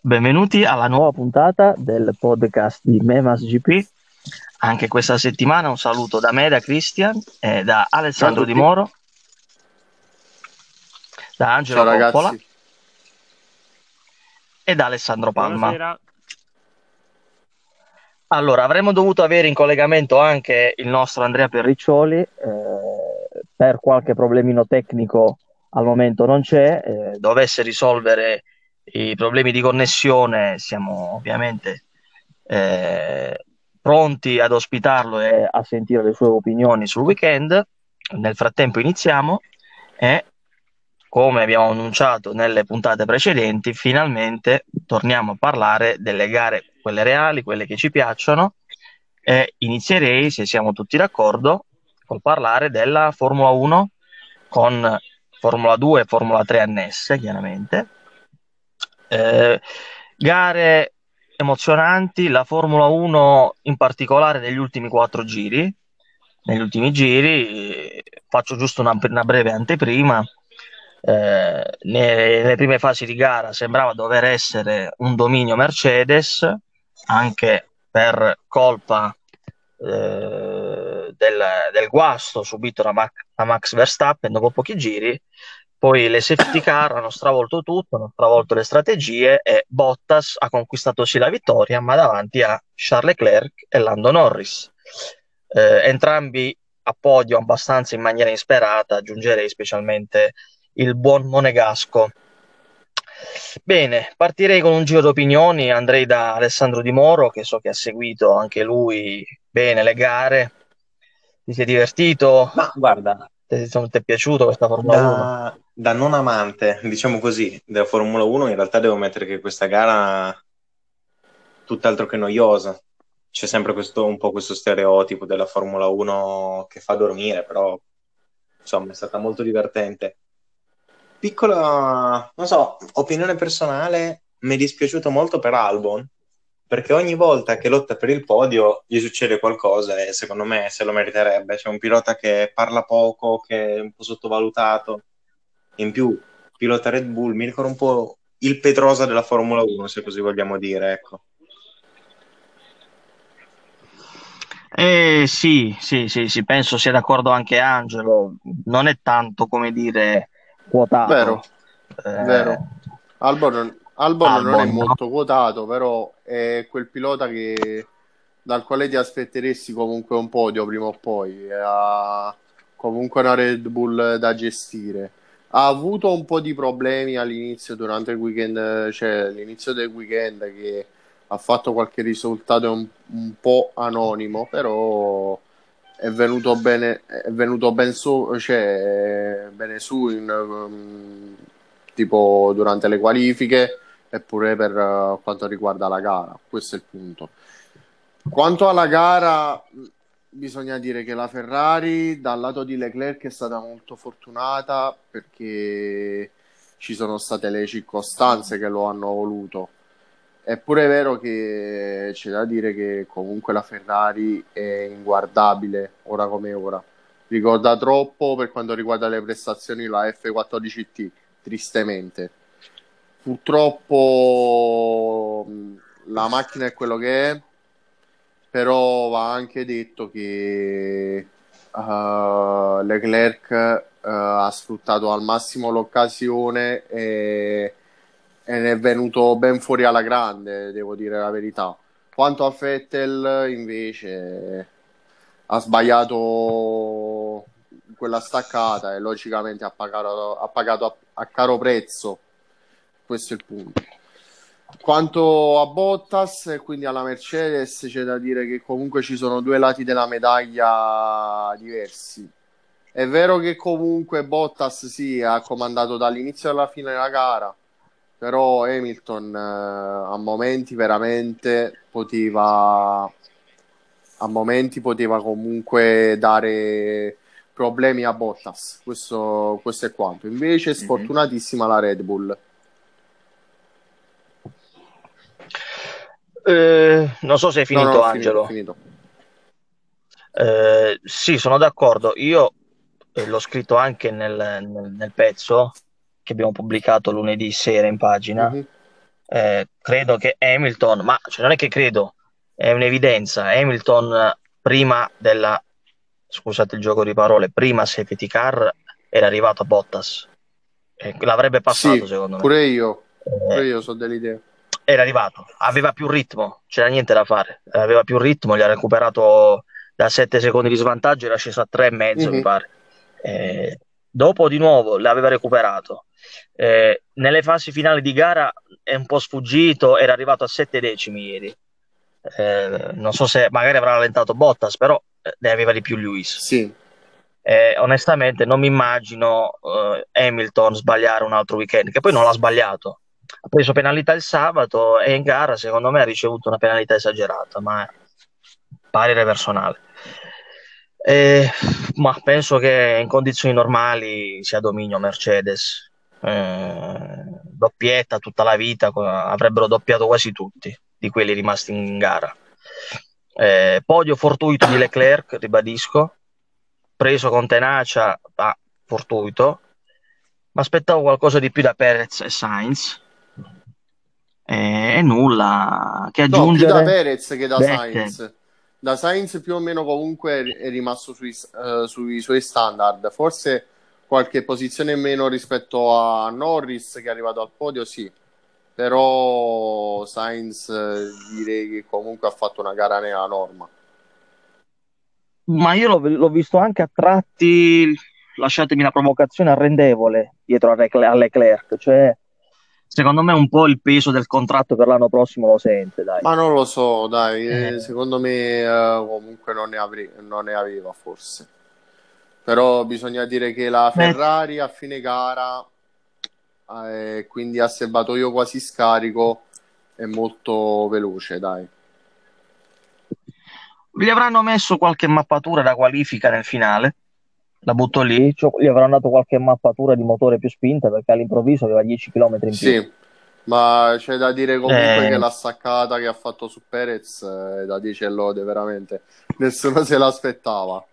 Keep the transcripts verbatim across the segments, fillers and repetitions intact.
Benvenuti alla nuova puntata del podcast di Memas G P. Anche questa settimana un saluto da me, da Christian, e da Ciao a Alessandro Di tutti. Moro, da Ciao Angelo Coppola ragazzi. e da Alessandro Palma. Buonasera. Allora, avremmo dovuto avere in collegamento anche il nostro Andrea Perriccioli, eh, per qualche problemino tecnico al momento non c'è, eh, dovesse risolvere i problemi di connessione siamo ovviamente eh, pronti ad ospitarlo e a sentire le sue opinioni sul weekend. Nel frattempo iniziamo e, come abbiamo annunciato nelle puntate precedenti, finalmente torniamo a parlare delle gare, quelle reali, quelle che ci piacciono, e inizierei, se siamo tutti d'accordo, col parlare della Formula uno con Formula due e Formula tre annesse, chiaramente. Eh, Gare emozionanti, la Formula uno in particolare negli ultimi quattro giri. Negli ultimi giri, eh, faccio giusto una, una breve anteprima. Eh, ne- nelle prime fasi di gara sembrava dover essere un dominio Mercedes, anche per colpa eh, del, del guasto subito da, Mac- da Max Verstappen dopo pochi giri. Poi le safety car hanno stravolto tutto, hanno stravolto le strategie e Bottas ha conquistato sì la vittoria, ma davanti a Charles Leclerc e Lando Norris. Eh, entrambi a podio abbastanza in maniera insperata, aggiungerei specialmente il buon Monegasco. Bene, partirei con un giro d'opinioni, andrei da Alessandro Di Moro, che so che ha seguito anche lui bene le gare. Ti sei divertito? Ma guarda, Ti, ti è piaciuto questa Formula uno? da, da non amante, diciamo così, della Formula uno, in realtà devo mettere che questa gara tutt'altro che noiosa. C'è sempre questo, un po' questo stereotipo della Formula uno che fa dormire, però insomma è stata molto divertente. Piccola, non so, opinione personale, mi è dispiaciuto molto per Albon, perché ogni volta che lotta per il podio gli succede qualcosa e secondo me se lo meriterebbe. C'è un pilota che parla poco, che è un po' sottovalutato. In più, pilota Red Bull, mi ricorda un po' il Pedrosa della Formula uno, se così vogliamo dire, ecco. Eh, sì, sì, sì, sì, penso sia d'accordo anche Angelo. Non è tanto, come dire, quotato. Vero, Eh, vero. Albon, Albon non è Albon, no? molto quotato, però è quel pilota che, dal quale ti aspetteresti comunque un podio prima o poi. Ha comunque una Red Bull da gestire. Ha avuto un po' di problemi all'inizio, durante il weekend, cioè l'inizio del weekend, che ha fatto qualche risultato un, un po' anonimo, però è venuto bene, è venuto ben su, cioè, bene su in, um, tipo durante le qualifiche eppure per uh, quanto riguarda la gara. Questo è il punto. Quanto alla gara, mh, bisogna dire che la Ferrari dal lato di Leclerc è stata molto fortunata perché ci sono state le circostanze che lo hanno voluto. È pure vero che c'è da dire che comunque la Ferrari è inguardabile ora come ora. Ricorda troppo per quanto riguarda le prestazioni la F quattordici T, tristemente. Purtroppo mh, la macchina è quello che è, però va anche detto che uh, Leclerc uh, ha sfruttato al massimo l'occasione e, e ne è venuto ben fuori alla grande, devo dire la verità. Quanto a Vettel, invece, ha sbagliato quella staccata e logicamente ha pagato, ha pagato a, a caro prezzo. Questo è il punto. Quanto a Bottas e quindi alla Mercedes, c'è da dire che comunque ci sono due lati della medaglia diversi. È vero che comunque Bottas sì, ha comandato dall'inizio alla fine della gara, però Hamilton eh, a momenti veramente poteva a momenti poteva comunque dare problemi a Bottas. Questo, questo è quanto. Invece è Mhm. sfortunatissima la Red Bull. Eh, non so se hai No, no, finito, ho finito, ho Angelo. finito. Eh, sì, sono d'accordo. Io eh, l'ho scritto anche nel, nel- nel pezzo che abbiamo pubblicato lunedì sera in pagina. Mhm. Eh, credo che Hamilton, ma cioè, non è che credo, è un'evidenza. Hamilton eh, prima della, scusate il gioco di parole, prima safety car era arrivato a Bottas. Eh, l'avrebbe passato Sì, secondo me. pure io, pure Eh, io so dell'idea. era arrivato, aveva più ritmo, c'era niente da fare, aveva più ritmo, gli ha recuperato da sette secondi di svantaggio, era sceso a tre e mezzo, mi Mhm. pare. Eh, dopo di nuovo l'aveva recuperato. Eh, nelle fasi finali di gara è un po' sfuggito, era arrivato a sette decimi ieri. Eh, non so se magari avrà rallentato Bottas, però eh, ne aveva di più Lewis. Sì, Eh, onestamente non mi immagino eh, Hamilton sbagliare un altro weekend, che poi non l'ha sbagliato. Ha preso penalità il sabato e in gara, secondo me, ha ricevuto una penalità esagerata, ma è parere personale. Eh, ma penso che in condizioni normali sia dominio Mercedes. Eh, doppietta tutta la vita, co- avrebbero doppiato quasi tutti di quelli rimasti in gara. Eh, podio fortuito di Leclerc, ribadisco, preso con tenacia, ma fortuito. Mi aspettavo qualcosa di più da Perez e Sainz. E, e nulla che no, più da aggiungere. Perez che da Vettel. Sainz. Da Sainz più o meno comunque è rimasto sui, eh, sui suoi standard. Forse qualche posizione in meno rispetto a Norris che è arrivato al podio, sì. Però Sainz eh, direi che comunque ha fatto una gara nella norma. Ma io l'ho l'ho visto anche a tratti, lasciatemi la provocazione, arrendevole dietro a Leclerc, a Leclerc. Cioè, secondo me un po' il peso del contratto per l'anno prossimo lo sente, dai. Ma non lo so, dai, eh, Eh, secondo me eh, comunque non ne, avre- non ne aveva forse. Però bisogna dire che la beh, Ferrari a fine gara, eh, quindi a serbatoio quasi scarico, è molto veloce, dai. gli avranno messo qualche mappatura da qualifica nel finale, la butto lì, cioè, gli avranno dato qualche mappatura di motore più spinta perché all'improvviso aveva dieci chilometri in più. Sì, ma c'è da dire comunque che Eh, la staccata che ha fatto su Perez eh, è da dieci e lode, veramente. Nessuno se l'aspettava.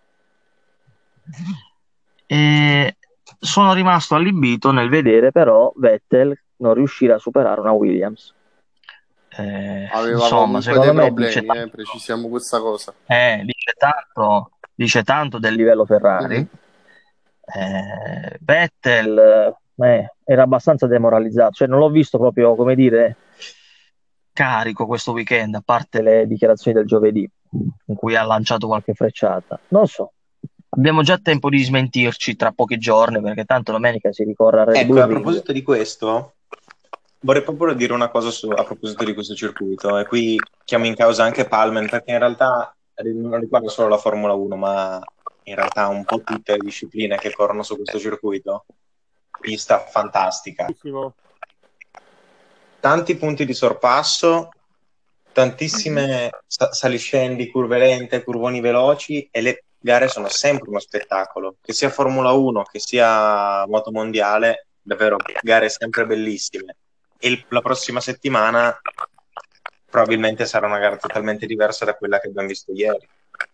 e sono rimasto allibito nel vedere però Vettel non riuscire a superare una Williams. Eh, Aveva insomma, comunque dei secondo me dice problemi, eh, tanto, precisiamo questa cosa. eh, dice tanto, dice tanto del livello Ferrari. Mhm. Eh, Vettel eh, era abbastanza demoralizzato, cioè non l'ho visto proprio, come dire, carico questo weekend, a parte le dichiarazioni del giovedì, in cui ha lanciato qualche frecciata. Non so, abbiamo già tempo di smentirci tra pochi giorni, perché tanto domenica si ricorre al Red Ecco, Bull a Ring. proposito di questo, vorrei proprio dire una cosa su- a proposito di questo circuito, e qui chiamo in causa anche Palmer, perché in realtà ri- non riguarda solo la Formula uno, ma in realtà un po' tutte le discipline che corrono su questo circuito. Pista fantastica, Bellissimo. tanti punti di sorpasso, tantissime sa- saliscendi, curve lente, curvoni veloci, e le gare sono sempre uno spettacolo, che sia Formula uno, che sia moto mondiale, davvero gare sempre bellissime. E il- la prossima settimana probabilmente sarà una gara totalmente diversa da quella che abbiamo visto ieri.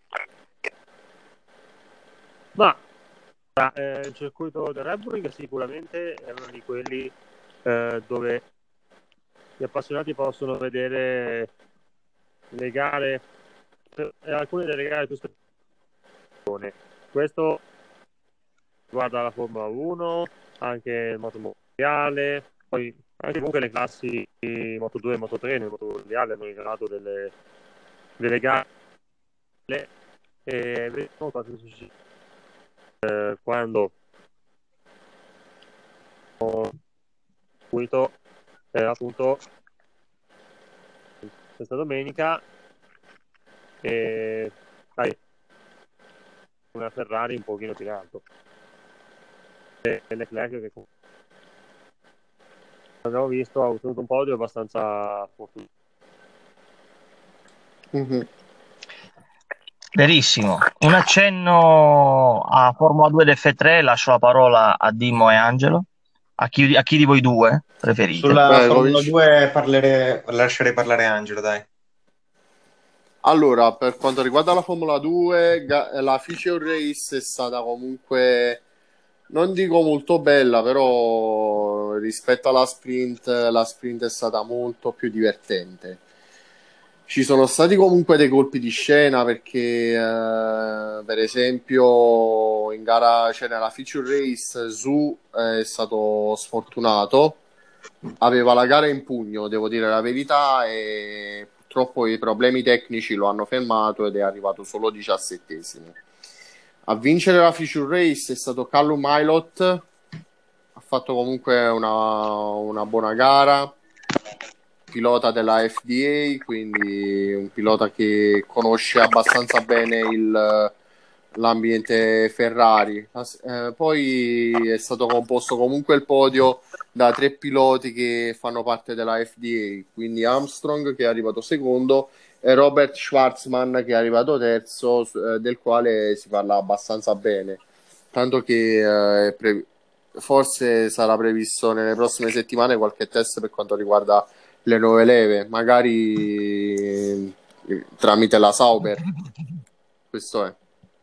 Ma eh, il circuito del Red Bull Ring sicuramente è uno di quelli eh, dove gli appassionati possono vedere le gare, eh, alcune delle gare più spettacolari. Questo riguarda la Formula uno, anche il moto mondiale, poi anche comunque le classi Moto due e Moto tre nel moto mondiale hanno regalato delle, delle gare e vediamo cosa succede eh, quando circuito eh, appunto questa domenica e dai, una Ferrari un pochino più in alto e Leclerc che abbiamo visto ha ottenuto un podio abbastanza fortunato. Mhm. Verissimo. Un accenno a Formula due ed F tre, lascio la parola a Dimmo e Angelo. A chi, a chi di voi due preferite? Sulla Beh, Formula cominci- due parlerei- lascerei parlare Angelo, dai. Allora, per quanto riguarda la Formula due, ga- la Feature Race è stata comunque non dico molto bella, però rispetto alla sprint, la sprint è stata molto più divertente. Ci sono stati comunque dei colpi di scena perché, eh, per esempio, in gara c'era la feature race, Zu è stato sfortunato, aveva la gara in pugno, devo dire la verità, e purtroppo i problemi tecnici lo hanno fermato ed è arrivato solo diciassettesimo. A vincere la feature race è stato Callum Ilott, ha fatto comunque una, una buona gara, pilota della F D A, quindi un pilota che conosce abbastanza bene il, l'ambiente Ferrari. Eh, poi è stato composto comunque il podio da tre piloti che fanno parte della F D A, quindi Armstrong che è arrivato secondo e Robert Schwarzman che è arrivato terzo, eh, del quale si parla abbastanza bene, tanto che eh, pre- forse sarà previsto nelle prossime settimane qualche test per quanto riguarda le nuove leve, magari eh, tramite la Sauber. Questo è.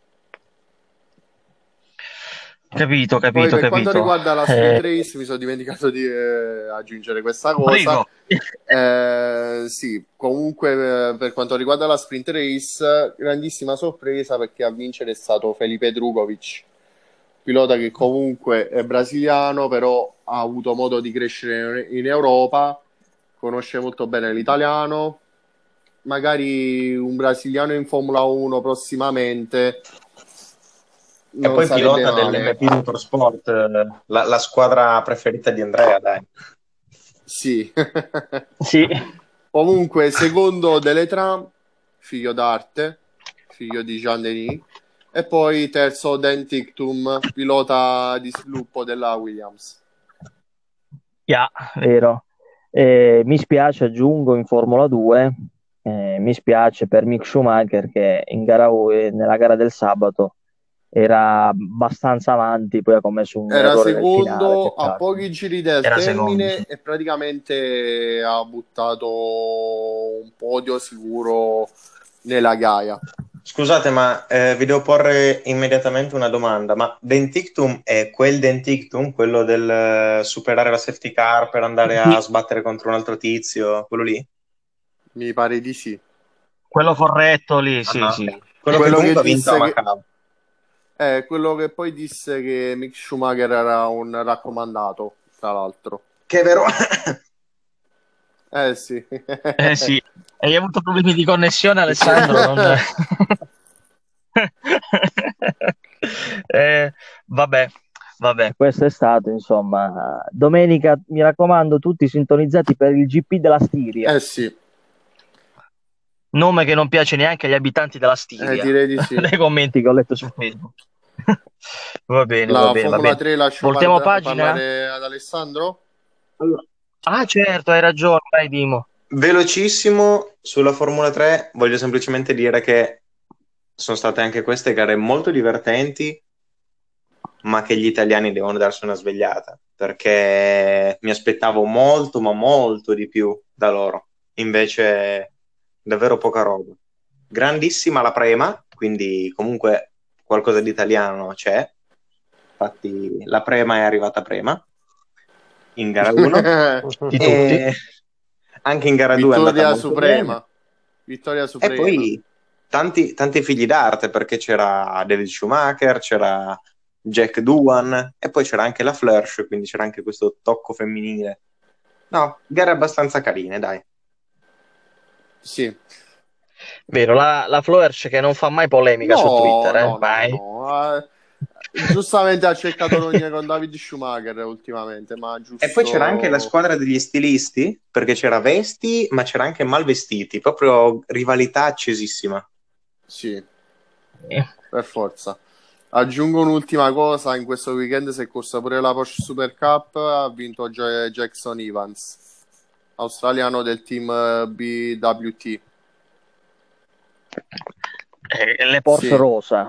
Capito, Poi capito, per quanto capito. riguarda la sprint Eh, race, mi sono dimenticato di eh, aggiungere questa cosa. prego. Eh, sì, comunque eh, per quanto riguarda la sprint race, grandissima sorpresa perché a vincere è stato Felipe Drugovic, pilota che comunque è brasiliano, però ha avuto modo di crescere in Europa, conosce molto bene l'italiano, magari un brasiliano in Formula uno prossimamente E non poi sarebbe pilota male. dell'M P Motorsport, eh, la, la squadra preferita di Andrea, dai. Sì. Sì. Comunque, secondo Deletran, figlio d'arte, figlio di Jean Denis, e poi terzo Dan Ticktum, pilota di sviluppo della Williams. Yeah, vero. Eh, mi spiace, aggiungo in Formula due, eh, mi spiace per Mick Schumacher che in gara, eh, nella gara del sabato era abbastanza avanti, poi ha commesso un Era errore nel finale, secondo a peccato. pochi giri del Era secondo, sì. termine e praticamente ha buttato un podio sicuro nella Gaia. Scusate, ma eh, vi devo porre immediatamente una domanda. Ma Dentictum è quel Dentictum, quello del eh, superare la safety car per andare a Sì, sbattere contro un altro tizio, quello lì? Mi pare di sì. quello corretto lì, sì, Ah, sì. ok. Quello che Quello che comunque ha vinto a disse che Macau. è quello che poi disse che Mick Schumacher era un raccomandato, tra l'altro. Che è vero? Eh sì. Eh sì, e hai avuto problemi di connessione, Alessandro? Non... Eh, vabbè, vabbè, questo è stato, insomma. Domenica, mi raccomando, tutti sintonizzati per il G P della Stiria. Eh sì, Nome che non piace neanche agli abitanti della eh, Stiria, direi di sì. dai commenti che ho letto su Facebook. Va bene, va La bene, va Formula bene. tre lascio Voltiamo par- pagina? parlare ad Alessandro? Ah, certo, hai ragione, vai Dimo. Velocissimo sulla Formula tre, voglio semplicemente dire che sono state anche queste gare molto divertenti, ma che gli italiani devono darsi una svegliata, perché mi aspettavo molto, ma molto di più da loro. Invece, davvero poca roba. Grandissima la Prema, quindi comunque qualcosa di italiano c'è. Infatti, la Prema è arrivata prima in gara uno Di tutti. e anche in gara due è andata Vittoria molto bene. suprema. Vittoria E suprema. poi tanti, tanti figli d'arte, perché c'era David Schumacher, c'era Jack Doohan e poi c'era anche la Flörsch, quindi c'era anche questo tocco femminile. No, gare abbastanza carine, dai. Sì. Vero, la, la Floersch che non fa mai polemica su No, Twitter, eh? no, no, Mai. no. Eh, giustamente ha cercato rogne con David Schumacher ultimamente, ma E poi c'era anche la giusto... squadra degli stilisti, perché c'era Vesti, ma c'era anche Malvestiti, proprio rivalità accesissima. Sì, Eh. per forza. Aggiungo un'ultima cosa, in questo weekend si è corsa pure la Porsche Super Cup, ha vinto J- Jackson Evans, australiano del team eh, B W T. Eh, le Porsche Sì, rosa.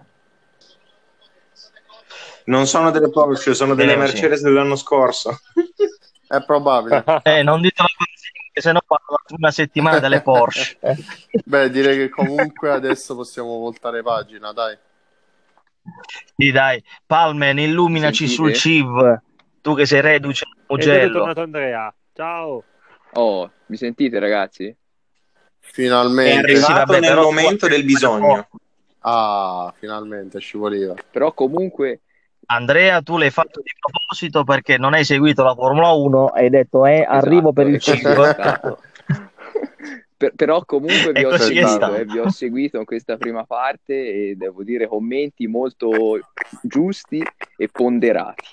Non sono delle Porsche, sono delle Bene così. Mercedes dell'anno scorso. è probabile. Eh, non ditelo che se no parlo una settimana delle Porsche. Beh, direi che comunque adesso possiamo voltare pagina, dai. Sì, dai, Palmen, Mi illuminaci sul sentite? C I V, tu che sei reduce al Ed è Mugello. ritornato Andrea. Ciao. Oh, mi sentite ragazzi? È Finalmente. Sì, arrivato vabbè, nel però tu momento del da bisogno. poco. Ah, finalmente ci voleva. Però comunque, Andrea, tu l'hai fatto di proposito perché non hai seguito la Formula uno e hai detto, eh, arrivo per esatto, il è così è C I V. stato. Per- però comunque vi E ho così è seguito, Spettacolo. stato. eh, vi ho seguito in questa prima parte e devo dire commenti molto giusti e ponderati.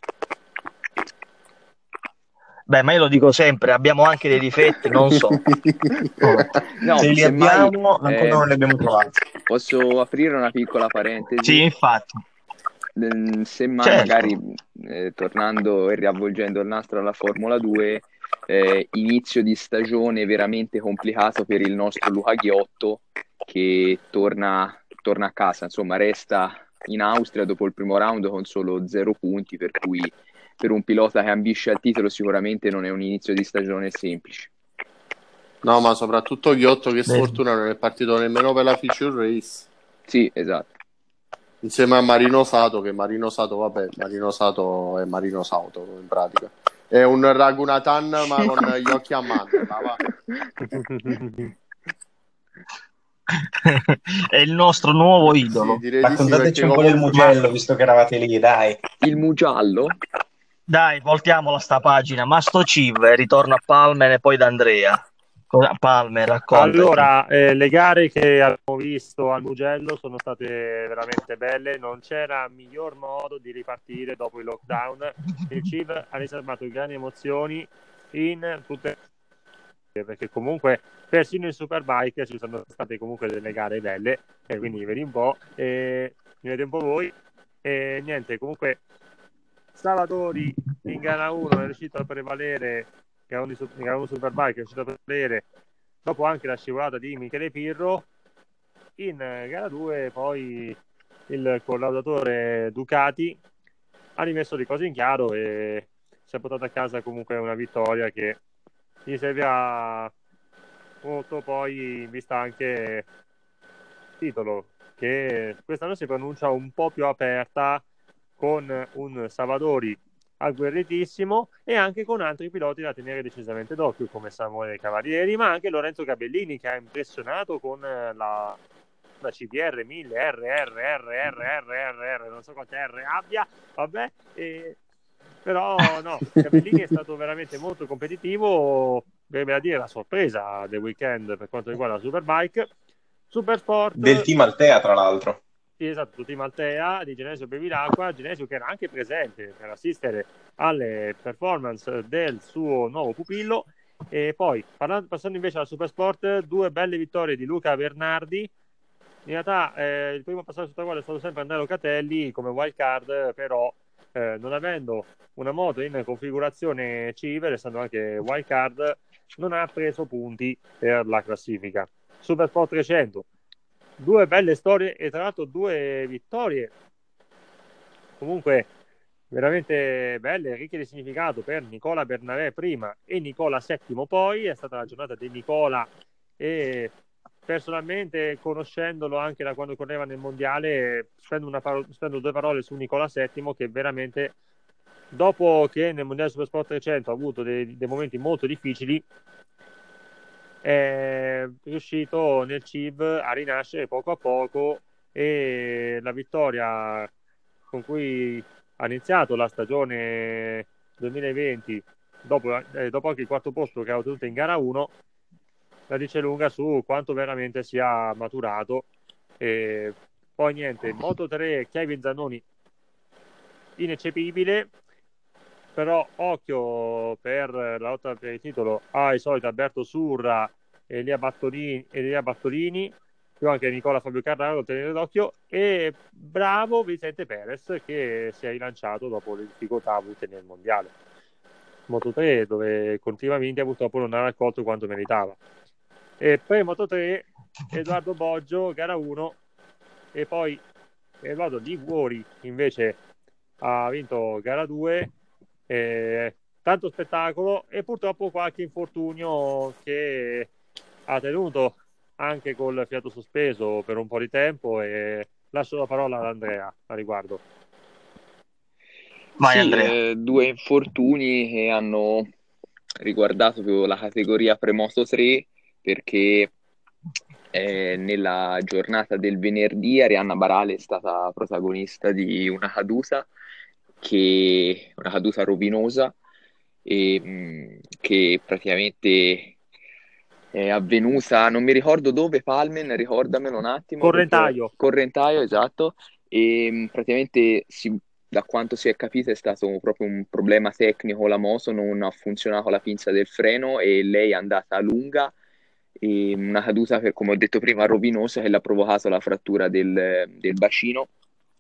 Beh, ma io lo dico sempre, abbiamo anche dei difetti, non so. Oh. No, Se li semmai abbiamo, ancora eh, non li abbiamo trovati. posso aprire una piccola Sì, parentesi. infatti, Mm, Semmai certo. magari eh, tornando e riavvolgendo il nastro alla Formula due, eh, inizio di stagione veramente complicato per il nostro Luca Ghiotto che torna, torna a casa, insomma resta in Austria dopo il primo round con solo zero punti, per cui per un pilota che ambisce al titolo sicuramente non è un inizio di stagione semplice. No, ma soprattutto Ghiotto, che Beh, sfortuna, non è partito nemmeno per la feature race. Sì, esatto. Insieme a Marino Sato, che Marino Sato, vabbè, Marino Sato è Marino Sato in pratica. È un Raghunathan ma con gli occhi a mandorla, va. È il nostro nuovo Sì, idolo. direi di sì, Raccontateci perché un po' del comunque... Ma Mugello, visto che eravate lì, dai. Il Mugiallo? dai, voltiamola sta pagina. Ma sto C I V, eh, ritorno a Palmer e poi da Andrea. Cosa- Palmer, raccontaci. Allora, eh, le gare che abbiamo visto al Mugello sono state veramente belle, non c'era miglior modo di ripartire dopo il lockdown. Il C I V ha riservato grandi emozioni in tutte le, perché comunque persino in Superbike ci sono state comunque delle gare belle, e quindi vedi un po', e mi vedete un po' voi, e niente, comunque Salvatori in gara uno è riuscito a prevalere, gara uno di gara uno Superbike è riuscito a prevalere dopo anche la scivolata di Michele Pirro. In gara due poi il collaudatore Ducati ha rimesso le cose in chiaro e si è portato a casa comunque una vittoria che gli serviva molto, poi in vista anche il titolo, che quest'anno si pronuncia un po' più aperta, con un Savadori agguerritissimo e anche con altri piloti da tenere decisamente d'occhio come Samuele Cavalieri, ma anche Lorenzo Gabellini, che ha impressionato con la, la C B R mille R R R R R R R, non so quante R abbia, vabbè, e... però no, Gabellini è stato veramente molto competitivo, deve a dire la sorpresa del weekend per quanto riguarda la Superbike. Del Supersport, team Altea, tra l'altro. sì, esatto, team Altea di Genesio Bevilacqua, Genesio che era anche presente per assistere alle performance del suo nuovo pupillo. E poi, parlando, passando invece alla Supersport, due belle vittorie di Luca Bernardi. In realtà eh, il primo passaggio sul traguardo è stato sempre Andrea Locatelli come wild card, però eh, non avendo una moto in configurazione Civer, essendo anche wild card, non ha preso punti per la classifica. Supersport trecento, due belle storie e tra l'altro due vittorie comunque veramente belle, ricche di significato per Nicola Bernabé prima e Nicola Settimo poi. È stata la giornata di Nicola e personalmente, conoscendolo anche da quando correva nel mondiale, spendo, una paro- spendo due parole su Nicola Settimo, che veramente, dopo che nel mondiale Supersport trecento ha avuto dei, dei momenti molto difficili, è riuscito nel C I V a rinascere poco a poco, e la vittoria con cui ha iniziato la stagione duemilaventi, dopo, eh, dopo anche il quarto posto che ha ottenuto in gara uno, la dice lunga su quanto veramente sia maturato. E poi niente, Moto tre, Kevin Zannoni ineccepibile, però occhio per la lotta per il titolo ai soliti Alberto Surra, Elia Battolini, Elia Battolini, più anche Nicola Fabio Carraro, tenere d'occhio, e bravo Vicente Perez, che si è rilanciato dopo le difficoltà avute nel mondiale Moto tre, dove continuamente purtroppo non ha raccolto quanto meritava. E poi Moto tre, Edoardo Boggio, gara uno, e poi Edoardo Liguori invece ha vinto gara due. Eh, tanto spettacolo e purtroppo qualche infortunio che ha tenuto anche col fiato sospeso per un po' di tempo, e lascio la parola ad Andrea a riguardo. Vai Sì, Andrea. eh, due infortuni che hanno riguardato proprio la categoria Premoto tre, perché eh, nella giornata del venerdì Arianna Barale è stata protagonista di una caduta, che, una caduta rovinosa, e, mh, che praticamente è avvenuta, non mi ricordo dove, Palmen, ricordamelo un attimo, perché Correntaio. Correntaio, esatto, e mh, praticamente si- da quanto si è capito è stato proprio un problema tecnico, la moto non ha funzionato la pinza del freno e lei è andata lunga, e una caduta, per, come ho detto prima, rovinosa, che le ha provocato la frattura del, del bacino.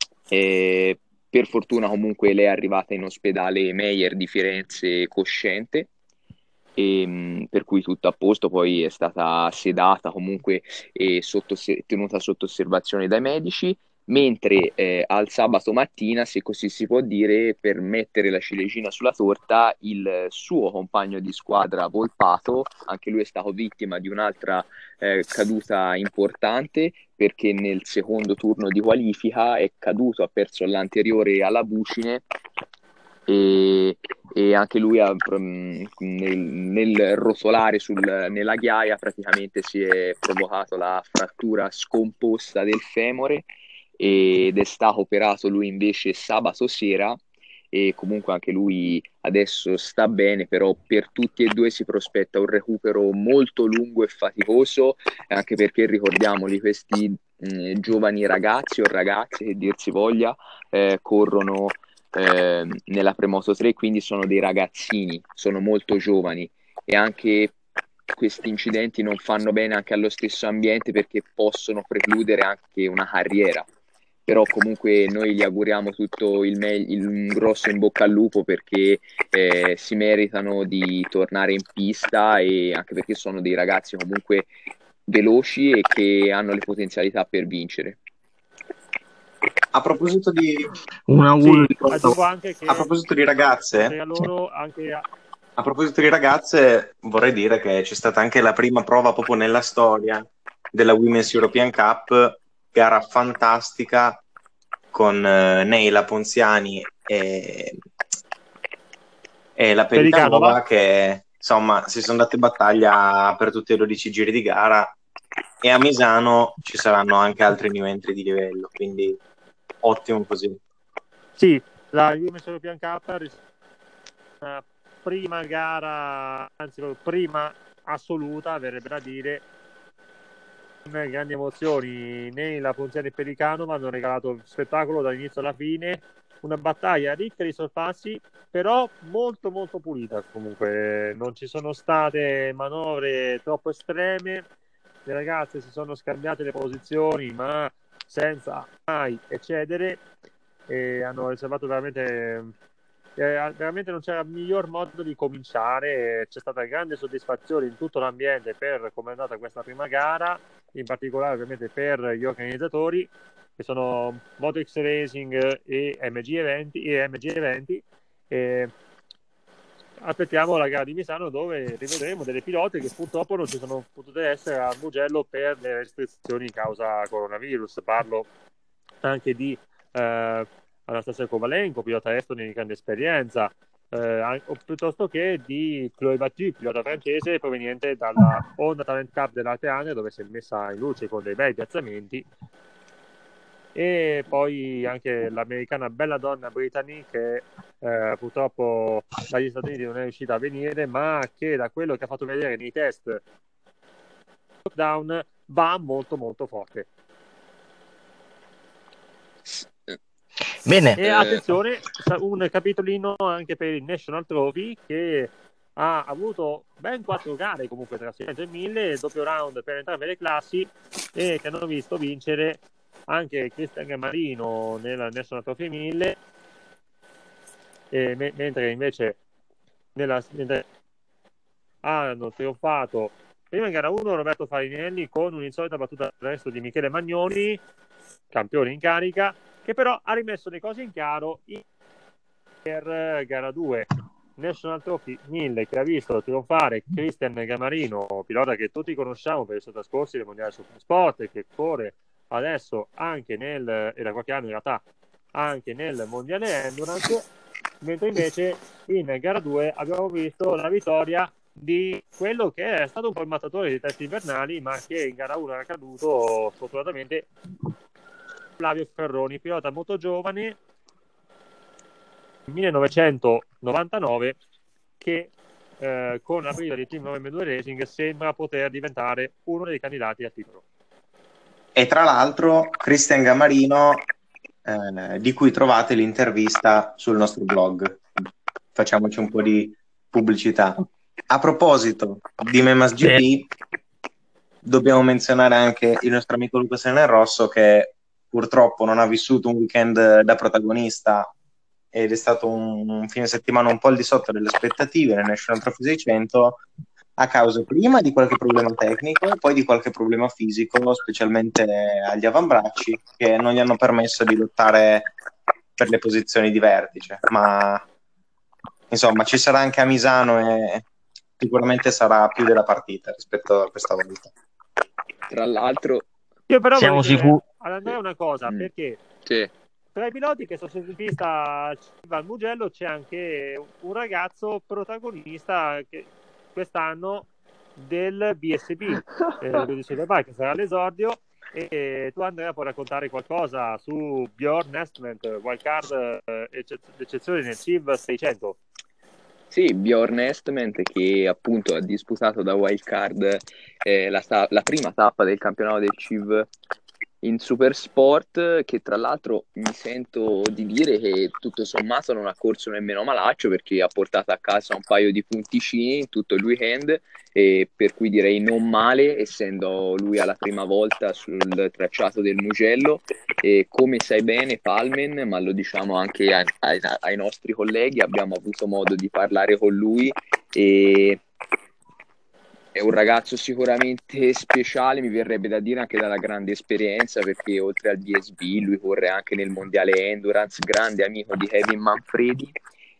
E per fortuna comunque lei è arrivata in ospedale Meyer di Firenze cosciente, e, mh, per cui tutto a posto. Poi è stata sedata comunque e sotto, tenuta sotto osservazione dai medici, mentre eh, al sabato mattina, se così si può dire, per mettere la ciliegina sulla torta, il suo compagno di squadra Volpato, anche lui è stato vittima di un'altra eh, caduta importante, perché nel secondo turno di qualifica è caduto, ha perso l'anteriore alla bucine, e, e anche lui ha, mh, nel, nel rotolare sul, nella ghiaia praticamente si è provocato la frattura scomposta del femore, ed è stato operato lui invece sabato sera, e comunque anche lui adesso sta bene, però per tutti e due si prospetta un recupero molto lungo e faticoso, anche perché ricordiamoli, questi mh, giovani ragazzi o ragazze, che dir si voglia, eh, corrono eh, nella Premoto tre, quindi sono dei ragazzini, sono molto giovani, e anche questi incidenti non fanno bene anche allo stesso ambiente, perché possono precludere anche una carriera. Però comunque noi gli auguriamo tutto il meglio, un grosso in bocca al lupo, perché eh, si meritano di tornare in pista, e anche perché sono dei ragazzi comunque veloci e che hanno le potenzialità per vincere. A proposito di, Un augurio Sì, di pronto. aggiungo anche a che proposito di ragazze, oltre a loro anche a- a proposito di ragazze, vorrei dire che c'è stata anche la prima prova proprio nella storia della Women's European Cup, gara fantastica con eh, Neila Ponziani e, e la Pelicanova. Pelicanova, che insomma si sono date battaglia per tutti e dodici giri di gara, e a Misano ci saranno anche altri new entry di livello, quindi ottimo così. Sì, la Women's European Cup, una prima gara, anzi prima assoluta, verrebbe da dire, con grandi emozioni. Né la Ponziani e Pelicanova hanno regalato spettacolo dall'inizio alla fine, una battaglia ricca di sorpassi, però molto molto pulita. Comunque non ci sono state manovre troppo estreme, le ragazze si sono scambiate le posizioni ma senza mai eccedere, e hanno riservato veramente eh, veramente non c'era miglior modo di cominciare. C'è stata grande soddisfazione in tutto l'ambiente per come è andata questa prima gara, in particolare ovviamente per gli organizzatori, che sono MotoX Racing e M G Eventi, e M G Eventi. E aspettiamo la gara di Misano, dove rivedremo delle pilote che purtroppo non ci sono potute essere al Mugello per le restrizioni causa coronavirus. Parlo anche di eh, Anastasia Kovalenko, pilota estone di grande esperienza, eh, o piuttosto che di Chloé Battu, pilota francese proveniente dalla Honda Talent Cup dell'Alteane, dove si è messa in luce con dei bei piazzamenti. E poi anche l'americana Belladonna Brittany, che eh, purtroppo dagli Stati Uniti non è riuscita a venire, ma che da quello che ha fatto vedere nei test lockdown va molto molto forte. Bene. E attenzione, un capitolino anche per il National Trophy, che ha avuto ben quattro gare comunque tra seicento e mille, doppio round per entrambe le classi, e che hanno visto vincere anche Cristian Gammarino nella National Trophy mille, e me- mentre invece nella, mentre hanno trionfato prima in gara uno Roberto Farinelli con un'insolita battuta d'arresto di Michele Magnoni, campione in carica, che però ha rimesso le cose in chiaro in per gara due National Trophy mille, che ha visto trionfare Cristian Gammarino, pilota che tutti conosciamo per i suoi trascorsi del mondiale Super Sport, che corre adesso anche nel, e da qualche anno in realtà anche nel mondiale endurance, mentre invece in gara due abbiamo visto la vittoria di quello che è stato un po' il mattatore dei test invernali, ma che in gara uno era caduto sfortunatamente, Flavio Ferroni, pilota molto giovane, millenovecentonovantanove, che eh, con la guida di Team nove emme due Racing sembra poter diventare uno dei candidati al titolo. E tra l'altro Cristian Gammarino, eh, di cui trovate l'intervista sul nostro blog. Facciamoci un po' di pubblicità. A proposito di Memas G P, dobbiamo menzionare anche il nostro amico Luca Senerrosso, che purtroppo non ha vissuto un weekend da protagonista ed è stato un, un fine settimana un po' al di sotto delle aspettative nel National Trophy seicento, a causa prima di qualche problema tecnico e poi di qualche problema fisico, specialmente agli avambracci, che non gli hanno permesso di lottare per le posizioni di vertice. Ma insomma, ci sarà anche a Misano e sicuramente sarà più della partita rispetto a questa volta. Tra l'altro, io però siamo vorrei dire sicuri ad Andrea una cosa, Mm. perché sì, tra i piloti che sono stati in pista al Mugello c'è anche un ragazzo protagonista che quest'anno del B S B, eh, British Superbike, sarà all'esordio. E tu, Andrea, puoi raccontare qualcosa su Bjorn Nestment, wildcard eh, eccez- d'eccezione nel C I V seicento? Sì, Bjorn Estment, che appunto ha disputato da wildcard eh, la, ta- la prima tappa del campionato del C I V in Supersport, che tra l'altro mi sento di dire che tutto sommato non ha corso nemmeno malaccio, perché ha portato a casa un paio di punticini in tutto il weekend, e per cui direi non male, essendo lui alla prima volta sul tracciato del Mugello. E come sai bene, Palmen, ma lo diciamo anche ai, ai- ai nostri colleghi, abbiamo avuto modo di parlare con lui e è un ragazzo sicuramente speciale, mi verrebbe da dire anche dalla grande esperienza, perché oltre al B S B lui corre anche nel mondiale Endurance, grande amico di Kevin Manfredi.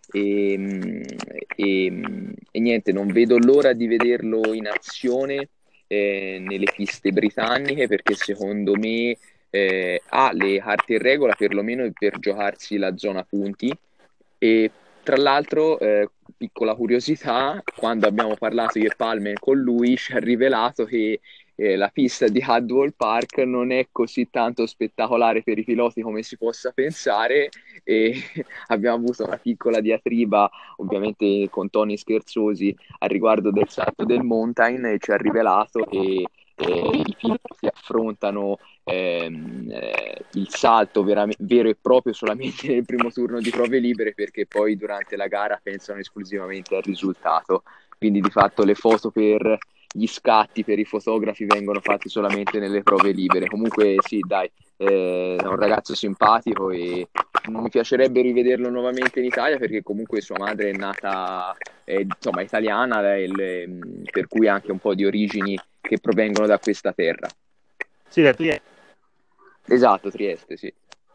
E, e, e niente, non vedo l'ora di vederlo in azione eh, nelle piste britanniche, perché secondo me eh, ha le carte in regola perlomeno per giocarsi la zona punti. E tra l'altro, eh, piccola curiosità, quando abbiamo parlato io e Palmer con lui ci ha rivelato che eh, la pista di Hadwell Park non è così tanto spettacolare per i piloti come si possa pensare, e abbiamo avuto una piccola diatriba, ovviamente con toni scherzosi, a riguardo del salto del mountain, e ci ha rivelato che eh, i piloti affrontano ehm, eh, il salto vera- vero e proprio solamente nel primo turno di prove libere, perché poi durante la gara pensano esclusivamente al risultato. Quindi di fatto le foto per gli scatti per i fotografi vengono fatti solamente nelle prove libere. Comunque sì, dai, eh, è un ragazzo simpatico e mi piacerebbe rivederlo nuovamente in Italia, perché comunque sua madre è nata, è, insomma, italiana, è il- per cui ha anche un po' di origini che provengono da questa terra. Sì, detto ieri. Esatto, Trieste, sì.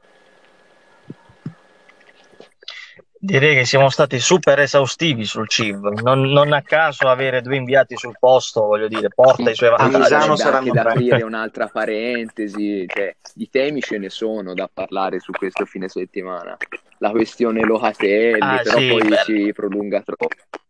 Direi che siamo stati super esaustivi sul C I V, non, non a caso avere due inviati sul posto, voglio dire, porta i suoi A Qui Misano vantaggi. sarebbe anche saranno da tre. aprire un'altra parentesi, cioè, di temi ce ne sono da parlare su questo fine settimana. La questione Locatelli, Ah però sì, poi beh, si prolunga troppo.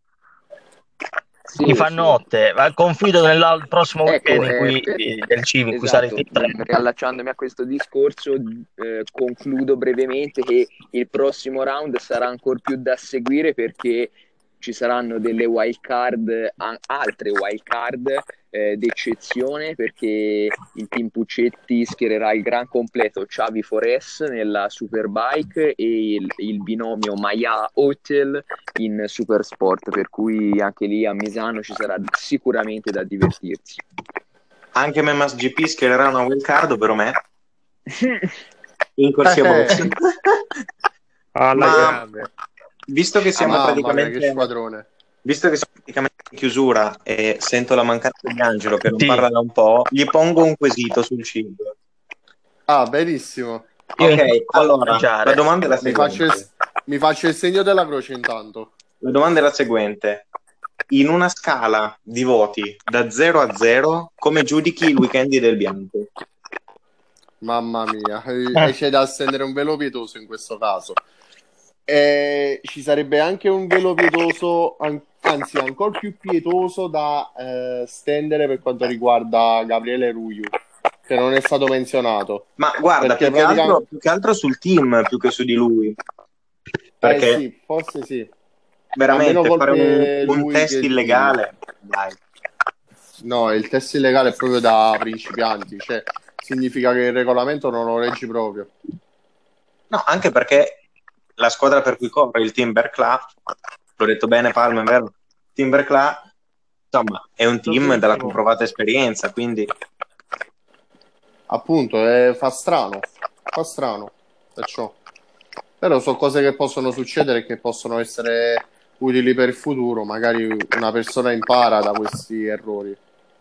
mi Sì, fa sì. notte, ma confido nel prossimo Ecco, weekend in eh, cui, per- del C I V in cui sarete esatto, in tre. mh, riallacciandomi a questo discorso, eh, concludo brevemente che il prossimo round sarà ancora più da seguire, perché ci saranno delle wild card, an- altre wild card eh, d'eccezione, perché il team Puccetti schiererà il gran completo Xavi Fores nella Superbike e il, il binomio Maya Hotel in Supersport, per cui anche lì a Misano ci sarà sicuramente da divertirsi. Anche Memas G P schiererà una wild card, ovvero me, in Corsia Box. Alla Ma grande. visto che Ah, siamo mamma mia, che praticamente squadrone. visto che siamo praticamente in chiusura e sento la mancanza di Angelo che non Sì, parla da un po', gli pongo un quesito sul cibo. Ah, benissimo. io Ok, inizio a allora, mangiare. la domanda è la Mi faccio, il, seguente. mi faccio il segno della croce intanto. La domanda è la seguente. In una scala di voti da zero a zero, come giudichi il weekend del Bianco? Mamma mia, e Eh, c'è da stendere un velo pietoso in questo caso. E ci sarebbe anche un velo pietoso, an- anzi ancora più pietoso da eh, stendere per quanto riguarda Gabriele Ruiu, che non è stato menzionato, Ma guarda, perché più che praticamente... altro, più che altro sul team, più che su di lui. Eh Perché sì, forse sì. Ha meno veramente fare un, colpe un lui che test il team. illegale, dai. No, il test illegale è proprio da principianti, cioè significa che il regolamento non lo leggi proprio. No, anche perché la squadra per cui corre, il Team Bercla, l'ho detto bene Palma, è vero? Team Bercla, insomma, è un So team dalla benissimo. comprovata esperienza, quindi Appunto, eh, fa strano, fa strano, perciò. Però sono cose che possono succedere e che possono essere utili per il futuro, magari una persona impara da questi errori.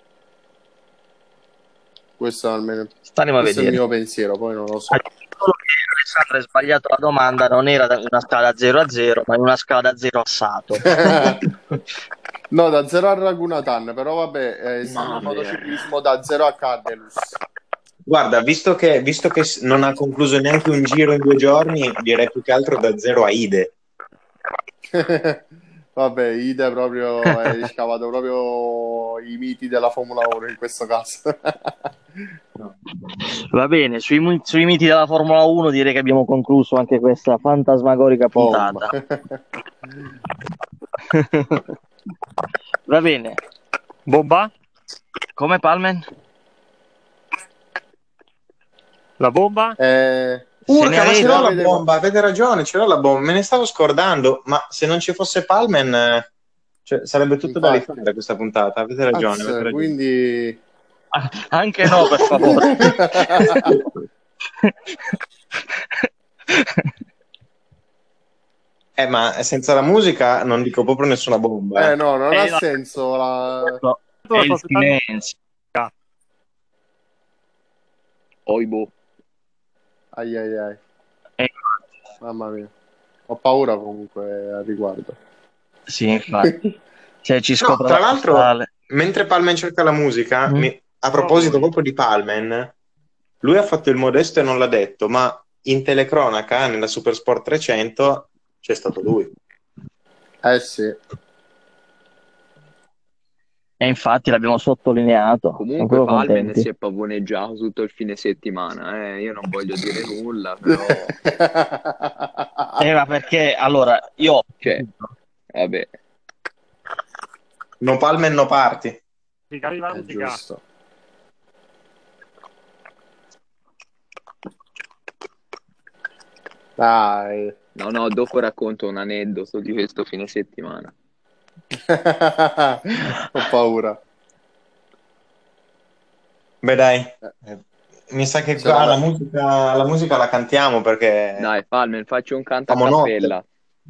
Questo, almeno, staremo a questo è il vedere. mio pensiero, poi non lo so. Aggiungo solo che Alessandro ha sbagliato la domanda, non era da una scala da zero a zero, ma in una scala da zero a Sato. No, da zero a Ragunatan, però vabbè, eh, essendo un Mamma mia. motociclismo da zero a Cardelus. guarda, visto che, visto che s- non ha concluso neanche un giro in due giorni, direi più che altro da zero a Ide. Vabbè, Ide proprio hai riscavato proprio i miti della Formula uno in questo caso. Va bene, sui, mu- sui miti della Formula uno direi che abbiamo concluso anche questa fantasmagorica Boom. puntata. Va bene, Bomba? come Palmen? La bomba? Eh, Se ne Urca, ma ce se l'ho avete? la avete... qua- bomba, avete ragione, ce l'ho la bomba, me ne stavo scordando, ma se non ci fosse Palmen, eh, cioè, sarebbe tutto da Infatti, rifare questa puntata, avete ragione, avete az, ragione. quindi... Ah, anche no, per favore. Eh, ma senza la musica non dico proprio nessuna bomba, Eh eh. no, non ha Eh, no, senso la... questo è Lo sto il aspettando. silenzio. Oibo. Ai ai ai, Eh, mamma mia. Ho paura comunque al riguardo. sì, infatti. Se ci No, scopre tra la l'altro, postale. mentre Palmen cerca la musica, Mm? mi- a Oh, proposito voi. proprio di Palmen, lui ha fatto il modesto e non l'ha detto, ma in telecronaca, nella Supersport trecento, c'è stato lui. Eh sì. E infatti l'abbiamo sottolineato, siamo Comunque proprio Palmen si contenti. è pavoneggiato tutto il fine settimana, eh. Io non voglio dire nulla, però, Eh, ma perché, allora, io... cioè, vabbè. No Palmen, no party. Sì, che arriva la È musica. giusto. Dai. No, no, dopo racconto un aneddoto di questo fine settimana. Ho paura. Beh, dai, eh, mi sa che Ce la qua la me- musica, la musica la cantiamo perché Dai, Palmen, faccio un canto a famo notte. cappella.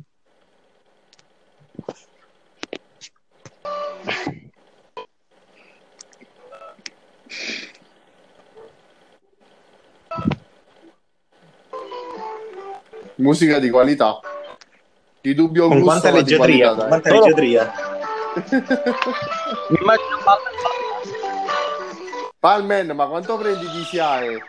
Musica di qualità. Di dubbio Con gusto, quanta ma di leggiadria, qualità, con dai. quanta Solo leggiadria. mi immagino Palmer parlasse. Palmen, ma quanto prendi di S I A E?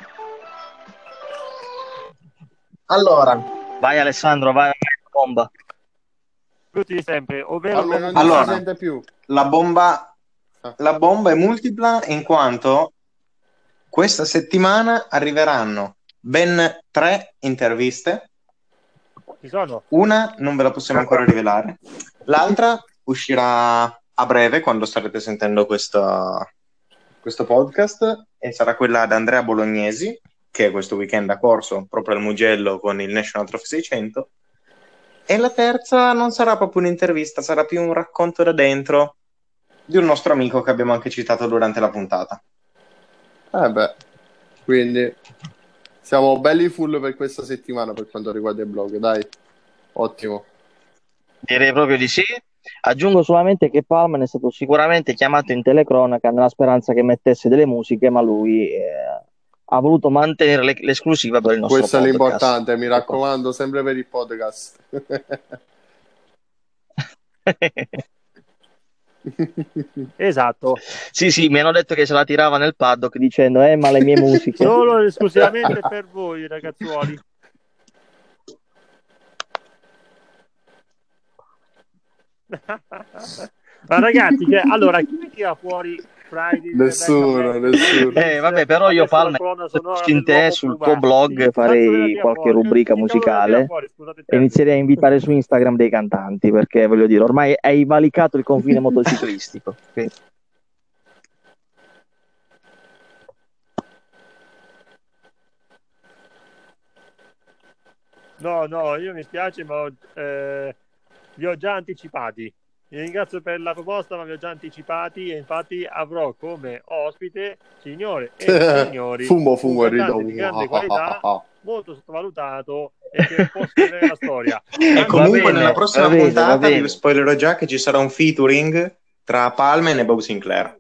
Allora, Vai Alessandro, vai, bomba. Tutti di sempre, ovvero Palmen nuovo non ti si allora, Bugatti. sente più. la bomba, Ah. la bomba è multipla in quanto questa settimana arriveranno ben tre interviste. Ci sono? Una non ve la possiamo ancora rivelare, l'altra uscirà a breve quando starete sentendo questo, questo podcast e sarà quella ad Andrea Bolognesi, che questo weekend ha corso proprio al Mugello con il National Trophy seicento. E la terza non sarà proprio un'intervista, sarà più un racconto da dentro di un nostro amico che abbiamo anche citato durante la puntata. Eh beh, quindi siamo belli full per questa settimana per quanto riguarda il blog, dai. Ottimo. Direi proprio di sì. Aggiungo solamente che Palmer è stato sicuramente chiamato in telecronaca nella speranza che mettesse delle musiche, ma lui eh, ha voluto mantenere l'e- l'esclusiva per il nostro Questo è podcast. l'importante, mi Tutto qua. raccomando, sempre per il podcast. Esatto, Sì, sì, mi hanno detto che se la tirava nel paddock dicendo, eh, ma le mie musiche. solo ed esclusivamente per voi ragazzuoli. Ma ragazzi, che, allora chi tira fuori Friday the Nessuno, Bang nessuno. Eh, vabbè, però io adesso la Palmer, colonna se sonora fossi in te, dell'uomo sul tuo Puma? blog Chi cazzo deve farei tirare qualche fuori? rubrica Chi cavolo deve tirare musicale fuori? Scusate il e termine. inizierei a invitare su Instagram dei cantanti, perché voglio dire, ormai hai valicato il confine motociclistico. Quindi- No, no, io mi spiace, ma ho- eh, vi ho già anticipati. Vi ringrazio per la proposta, ma vi ho già anticipati e infatti avrò come ospite, signore e signori, Fumo, un fumo e rido. cantante di grande qualità, molto sottovalutato e che può scrivere la storia. E Va comunque bene, nella va prossima bene, va puntata vi bene. spoilerò già che ci sarà un featuring tra Palmen e Bob Sinclair.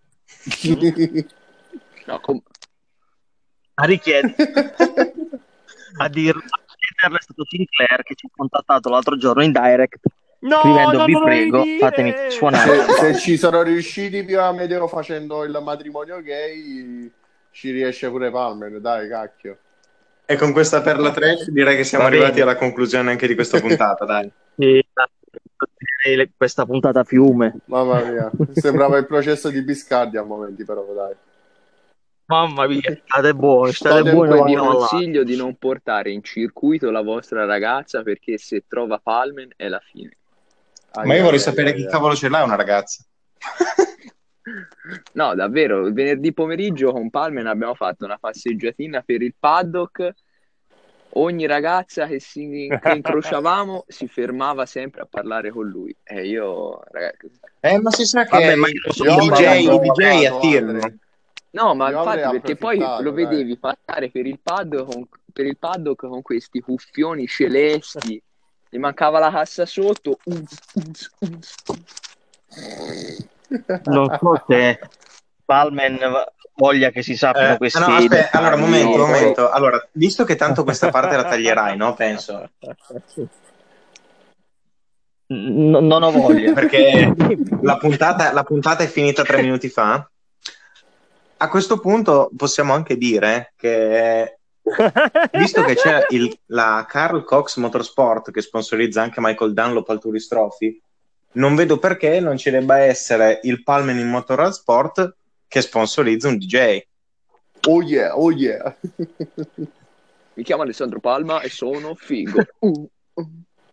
No, com- A richiedere, a dirlo, a chiederlo è stato Sinclair che ci ha contattato l'altro giorno in direct No, scrivendo non vi lo devi prego fatemi dire! suonare. se, se ci sono riusciti più Amedeo facendo il matrimonio gay, ci riesce pure Palmer, dai, cacchio. E con questa perla trash direi che siamo Va arrivati bene. alla conclusione anche di questa puntata, dai. Sì, direi questa puntata a fiume. Mamma mia, sembrava il processo di Biscardi a momenti, però, dai. Mamma mia, state buoni, state State buoni. Comunque buoni. vi quando ballate. consiglio di non portare in circuito la vostra ragazza perché se trova Palmen è la fine. Ma io vorrei sapere chi Ai, ai, cavolo ce l'ha una ragazza. No, davvero, il venerdì pomeriggio con Palmen abbiamo fatto una passeggiatina per il paddock. Ogni ragazza che, si, che incrociavamo si fermava sempre a parlare con lui. E io, ragazzi, Eh, ma si sa che Vabbè, ma i, io non i sono io un D J, avrei i bambino. D J approfittato, attirano. Andre. no, ma Io avrei infatti perché poi lo approfittato, dai. vedevi passare per il paddock con, per il paddock con questi cuffioni celesti, gli mancava la cassa sotto. Uz, uz, uz, uz. Non so se Palmen voglia che si sappino Eh, ah, no, questi aspetta, allora, dettagli. momento, No, poi momento. Allora, visto che tanto questa parte la taglierai, no? Penso. N- non ho voglia. Perché la puntata, la puntata è finita tre minuti fa. A questo punto possiamo anche dire che, visto che c'è il- la Carl Cox Motorsport che sponsorizza anche Michael Dunlop al Tourist Trophy, non vedo perché non ci debba essere il Palmen in Motorrad Sport che sponsorizza un D J. Oh yeah, oh yeah. mi chiamo Alessandro Palma e sono figo. Uh, uh.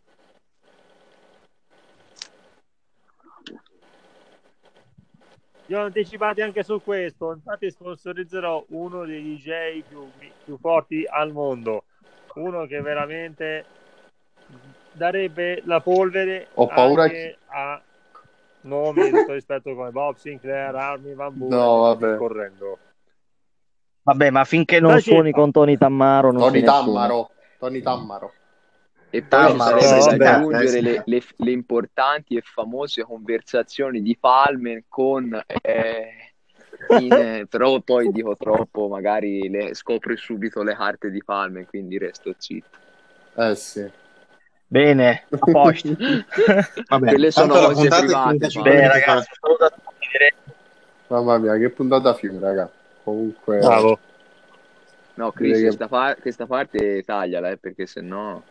Vi ho anticipati anche su questo, infatti sponsorizzerò uno dei D J più, più forti al mondo, uno che veramente darebbe la polvere Ho paura anche a nomi di tutto rispetto come Bob Sinclair, Armin Van Buren No, e via vabbè. discorrendo. Vabbè, ma finché non Dai, suoni sì. con Tony Tammaro non Tony sei nessuno. Tammaro. Tony Tammaro. E poi ci Tammaro, sarebbe sì, da sì, vabbè. aggiungere Eh, sì. le, le- le importanti e famose conversazioni di Palmer con... eh, in, eh, però poi dico troppo, magari le, scopri subito le carte di Palmer, quindi resto zitto. Eh sì. Bene, a posto. Vabbè, Quelle sono tanto la cose puntata è private, finita cinque Palmer. Bene, minuti fa. ragazzi, saluto a tutti, direi. Mamma mia, che puntata fiume, raga. Comunque, Bravo. No, Chris, direi che... questa, fa- questa parte tagliala, eh, perché sennò...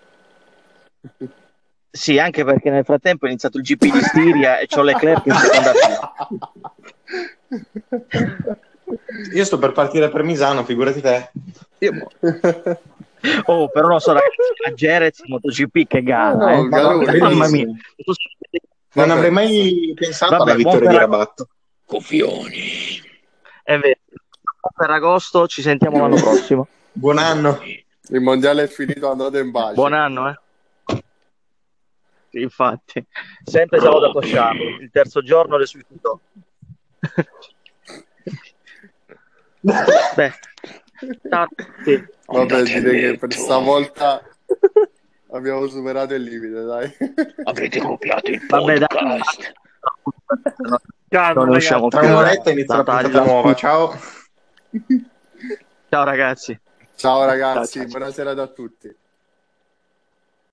Sì, anche perché nel frattempo è iniziato il G P di Stiria e c'ho Leclerc in seconda fila. Io sto per partire per Misano, figurati te. Io mo- Oh, però non so, ragazzi, a Jerez MotoGP che gara, No, eh. un galone. Mamma mia. Bellissimo. Non Vabbè. avrei mai pensato alla Vabbè, buon vittoria di Ferragosto. Rabat. Coffioni. È vero. Buon Ferragosto, ci sentiamo l'anno prossimo. Buon anno. Il mondiale è finito, andate in pace. Buon anno, eh. Sì, infatti. Sempre Salvatore Tosciano, il terzo giorno resuscitò. Beh, ciao a tutti. Vabbè, direi che per stavolta abbiamo superato il limite, dai. Avrete copiato il Vabbè, dai. podcast. Calma, Non ne usciamo ragazzi. Tra più. un'oretta inizia la La puntata taglio. nuova. Ciao. Ciao ragazzi. Ciao ragazzi, Ciao, ciao, ciao. buonasera a tutti.